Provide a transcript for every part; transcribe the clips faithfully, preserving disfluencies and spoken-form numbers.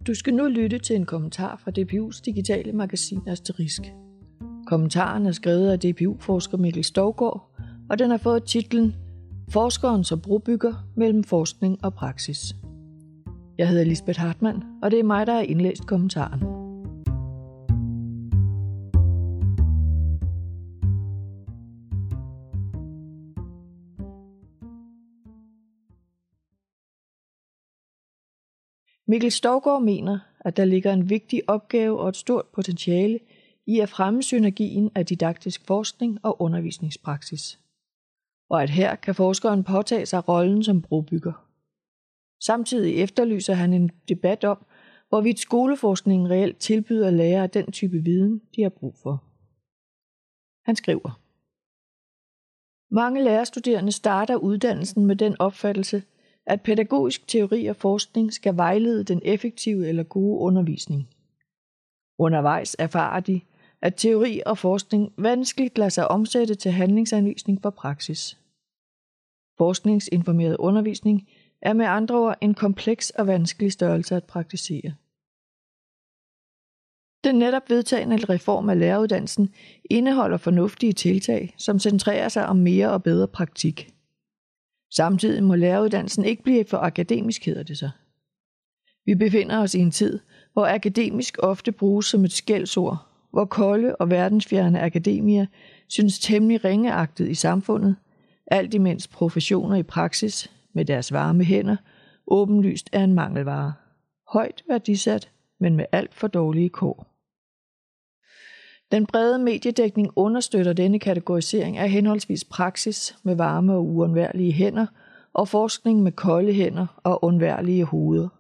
Du skal nu lytte til en kommentar fra D P U's digitale magasin Asterisk. Kommentaren er skrevet af D P U-forsker Mikkel Stougaard, og den har fået titlen Forskeren som brobygger mellem forskning og praksis. Jeg hedder Lisbeth Hartmann, og det er mig, der har indlæst kommentaren. Mikkel Stougaard mener, at der ligger en vigtig opgave og et stort potentiale i at fremme synergien af didaktisk forskning og undervisningspraksis. Og at her kan forskeren påtage sig rollen som brobygger. Samtidig efterlyser han en debat om, hvorvidt skoleforskningen reelt tilbyder lærere den type viden, de har brug for. Han skriver: Mange lærerstuderende starter uddannelsen med den opfattelse, at pædagogisk teori og forskning skal vejlede den effektive eller gode undervisning. Undervejs erfarer de, at teori og forskning vanskeligt lader sig omsætte til handlingsanvisning for praksis. Forskningsinformeret undervisning er med andre ord en kompleks og vanskelig størrelse at praktisere. Den netop vedtagne reform af læreruddannelsen indeholder fornuftige tiltag, som centrerer sig om mere og bedre praktik. Samtidig må læreruddannelsen ikke blive for akademisk, hedder det sig. Vi befinder os i en tid, hvor akademisk ofte bruges som et skældsord, hvor kolde og verdensfjerne akademier synes temmelig ringeagtet i samfundet, alt imens professioner i praksis med deres varme hænder åbenlyst er en mangelvare. Højt værdisat, men med alt for dårlige kår. Den brede mediedækning understøtter denne kategorisering af henholdsvis praksis med varme og uundværlige hænder og forskning med kolde hænder og undværlige hoveder.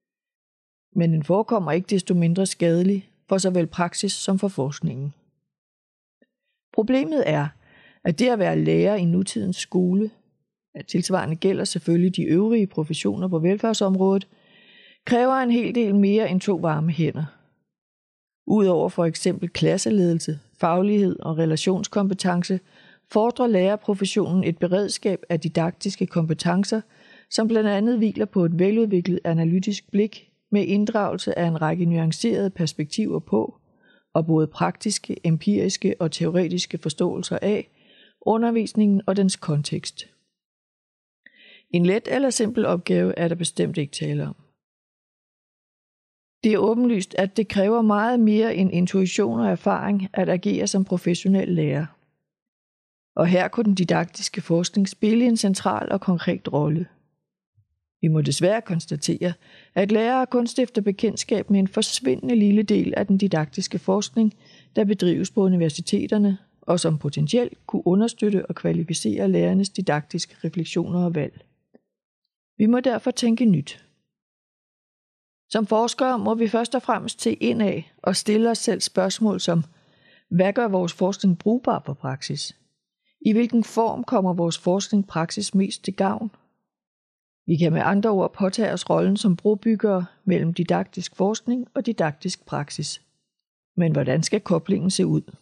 Men den forekommer ikke desto mindre skadelig for såvel praksis som for forskningen. Problemet er, at det at være lærer i nutidens skole, at tilsvarende gælder selvfølgelig de øvrige professioner på velfærdsområdet, kræver en hel del mere end to varme hænder. Udover for eksempel klasseledelse, faglighed og relationskompetence, fordrer lærerprofessionen et beredskab af didaktiske kompetencer, som blandt andet hviler på et veludviklet analytisk blik med inddragelse af en række nuancerede perspektiver på, og både praktiske, empiriske og teoretiske forståelser af, undervisningen og dens kontekst. En let eller simpel opgave er der bestemt ikke tale om. Det er åbenlyst, at det kræver meget mere end intuition og erfaring at agere som professionel lærer. Og her kunne den didaktiske forskning spille en central og konkret rolle. Vi må desværre konstatere, at lærere kun stifter bekendtskab med en forsvindende lille del af den didaktiske forskning, der bedrives på universiteterne, og som potentielt kunne understøtte og kvalificere lærernes didaktiske refleksioner og valg. Vi må derfor tænke nyt. Som forskere må vi først og fremmest se indad og stille os selv spørgsmål som: hvad gør vores forskning brugbar for praksis? I hvilken form kommer vores forskning praksis mest til gavn? Vi kan med andre ord påtage os rollen som brobyggere mellem didaktisk forskning og didaktisk praksis. Men hvordan skal koblingen se ud?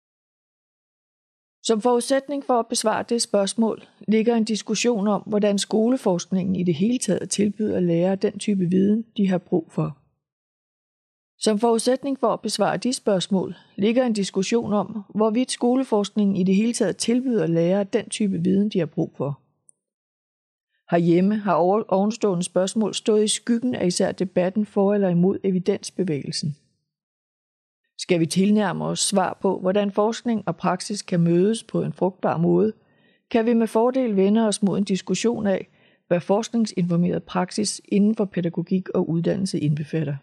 Som forudsætning for at besvare det spørgsmål ligger en diskussion om, hvordan skoleforskningen i det hele taget tilbyder lærere den type viden, de har brug for. Som forudsætning for at besvare de spørgsmål ligger en diskussion om, hvorvidt skoleforskningen i det hele taget tilbyder lærere den type viden, de har brug for. Herhjemme har ovenstående spørgsmål stået i skyggen af især debatten for eller imod evidensbevægelsen. Skal vi tilnærme os svar på, hvordan forskning og praksis kan mødes på en frugtbar måde, kan vi med fordel vende os mod en diskussion af, hvad forskningsinformeret praksis inden for pædagogik og uddannelse indbefatter.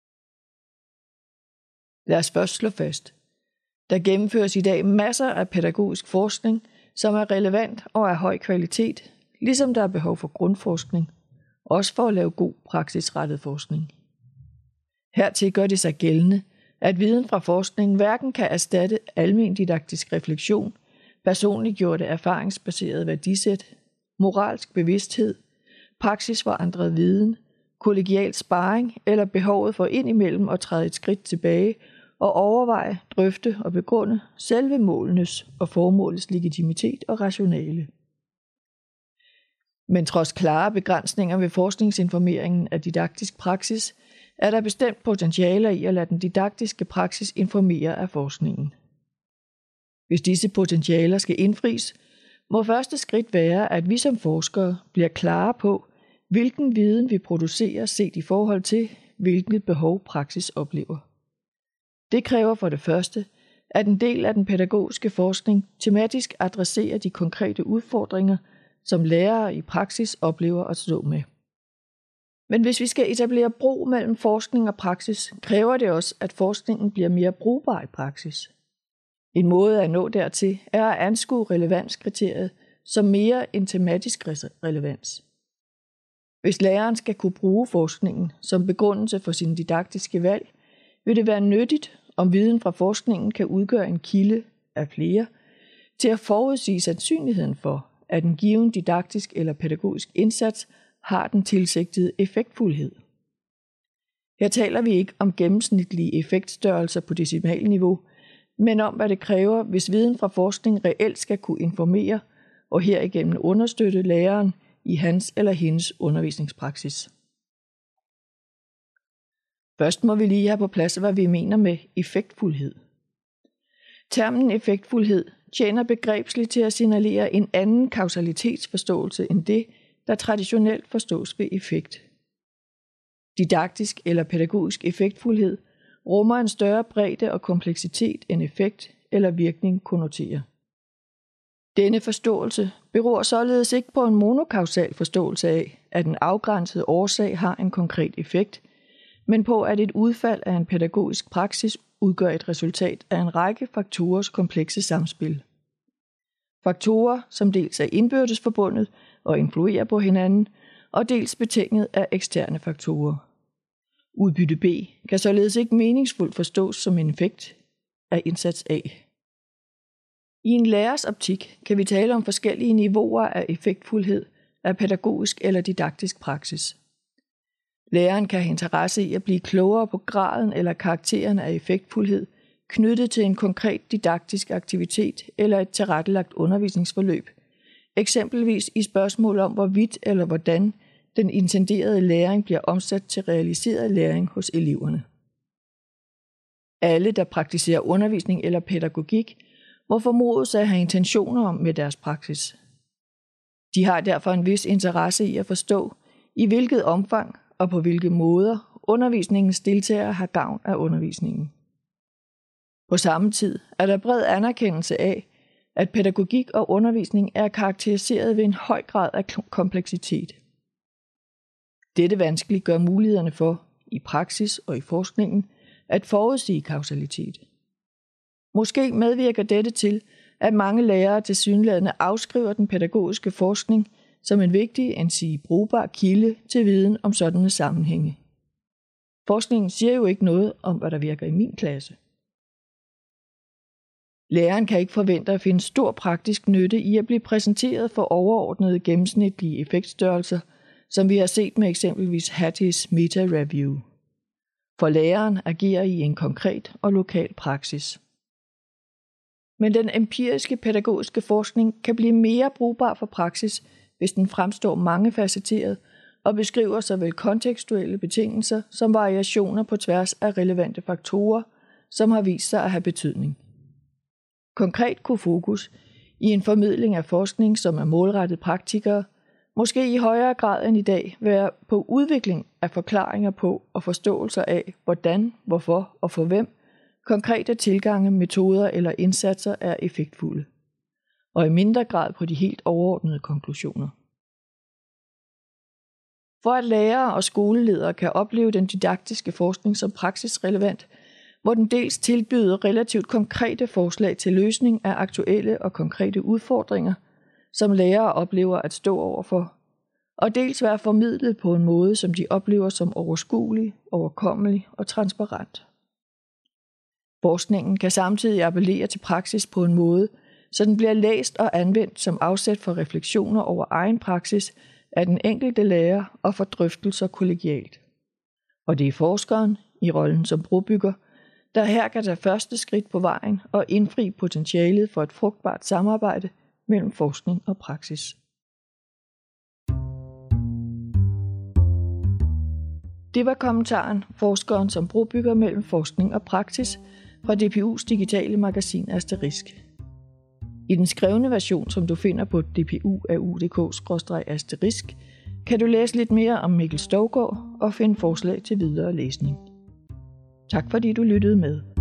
Lad os først slå fast. Der gennemføres i dag masser af pædagogisk forskning, som er relevant og af høj kvalitet, ligesom der er behov for grundforskning, også for at lave god praksisrettet forskning. Hertil gør det sig gældende, at viden fra forskningen hverken kan erstatte almen didaktisk refleksion, personliggjorte erfaringsbaserede værdisæt, moralsk bevidsthed, praksisforandret viden, kollegial sparring eller behovet for indimellem at træde et skridt tilbage og overveje, drøfte og begrunde selve målenes og formålets legitimitet og rationale. Men trods klare begrænsninger ved forskningsinformeringen af didaktisk praksis, er der bestemt potentialer i at lade den didaktiske praksis informere af forskningen. Hvis disse potentialer skal indfries, må første skridt være, at vi som forskere bliver klare på, hvilken viden vi producerer set i forhold til, hvilket behov praksis oplever. Det kræver for det første, at en del af den pædagogiske forskning tematisk adresserer de konkrete udfordringer, som lærere i praksis oplever at stå med. Men hvis vi skal etablere bro mellem forskning og praksis, kræver det også, at forskningen bliver mere brugbar i praksis. En måde at nå dertil er at anskue relevanskriteriet som mere end tematisk relevans. Hvis læreren skal kunne bruge forskningen som begrundelse for sin didaktiske valg, vil det være nyttigt, om viden fra forskningen kan udgøre en kilde af flere til at forudsige sandsynligheden for, at en given didaktisk eller pædagogisk indsats har den tilsigtede effektfuldhed. Her taler vi ikke om gennemsnitlige effektstørrelser på decimalniveau, men om hvad det kræver, hvis viden fra forskning reelt skal kunne informere og herigennem understøtte læreren i hans eller hendes undervisningspraksis. Først må vi lige have på plads, hvad vi mener med effektfuldhed. Termen effektfuldhed tjener begrebsligt til at signalere en anden kausalitetsforståelse end det, der traditionelt forstås ved effekt. Didaktisk eller pædagogisk effektfuldhed rummer en større bredde og kompleksitet end effekt eller virkning konnoterer. Denne forståelse beror således ikke på en monokausal forståelse af, at en afgrænset årsag har en konkret effekt, men på at et udfald af en pædagogisk praksis udgør et resultat af en række faktorers komplekse samspil. Faktorer, som dels er indbyrdes forbundet og influerer på hinanden, og dels betinget af eksterne faktorer. Udbytte B kan således ikke meningsfuldt forstås som en effekt af indsats A. I en lærers optik kan vi tale om forskellige niveauer af effektfuldhed af pædagogisk eller didaktisk praksis. Læreren kan have interesse i at blive klogere på graden eller karakteren af effektfuldhed knyttet til en konkret didaktisk aktivitet eller et tilrettelagt undervisningsforløb, eksempelvis i spørgsmål om hvorvidt eller hvordan den intenderede læring bliver omsat til realiseret læring hos eleverne. Alle, der praktiserer undervisning eller pædagogik, må formodes at have intentioner om med deres praksis. De har derfor en vis interesse i at forstå, i hvilket omfang og på hvilke måder undervisningens deltagere har gavn af undervisningen. På samme tid er der bred anerkendelse af, at pædagogik og undervisning er karakteriseret ved en høj grad af kompleksitet. Dette vanskeligt gør mulighederne for, i praksis og i forskningen, at forudsige kausalitet. Måske medvirker dette til, at mange lærere tilsyneladende afskriver den pædagogiske forskning som en vigtig, endsige brugbar kilde til viden om sådanne sammenhænge. Forskningen siger jo ikke noget om, hvad der virker i min klasse. Læreren kan ikke forvente at finde stor praktisk nytte i at blive præsenteret for overordnede gennemsnitlige effektstørrelser, som vi har set med eksempelvis Hattie's meta-review. For læreren agerer i en konkret og lokal praksis. Men den empiriske pædagogiske forskning kan blive mere brugbar for praksis, hvis den fremstår mangefacetteret og beskriver såvel kontekstuelle betingelser som variationer på tværs af relevante faktorer, som har vist sig at have betydning. Konkret kunne fokus i en formidling af forskning, som er målrettet praktikere, måske i højere grad end i dag være på udvikling af forklaringer på og forståelser af, hvordan, hvorfor og for hvem konkrete tilgange, metoder eller indsatser er effektfulde, og i mindre grad på de helt overordnede konklusioner. For at lærere og skoleledere kan opleve den didaktiske forskning som praksisrelevant, må den dels tilbyde relativt konkrete forslag til løsning af aktuelle og konkrete udfordringer, som lærere oplever at stå overfor, og dels være formidlet på en måde, som de oplever som overskuelig, overkommelig og transparent. Forskningen kan samtidig appellere til praksis på en måde, så den bliver læst og anvendt som afsæt for refleksioner over egen praksis af den enkelte lærer og for drøftelser kollegialt. Og det er forskeren, i rollen som brobygger, der her kan tage første skridt på vejen og indfri potentialet for et frugtbart samarbejde mellem forskning og praksis. Det var kommentaren, forskeren som brobygger mellem forskning og praksis, fra D P U's digitale magasin Asterisk. I den skrevne version, som du finder på d p u a u punktum d k skråstreg asterisk, kan du læse lidt mere om Mikkel Stougaard og finde forslag til videre læsning. Tak fordi du lyttede med.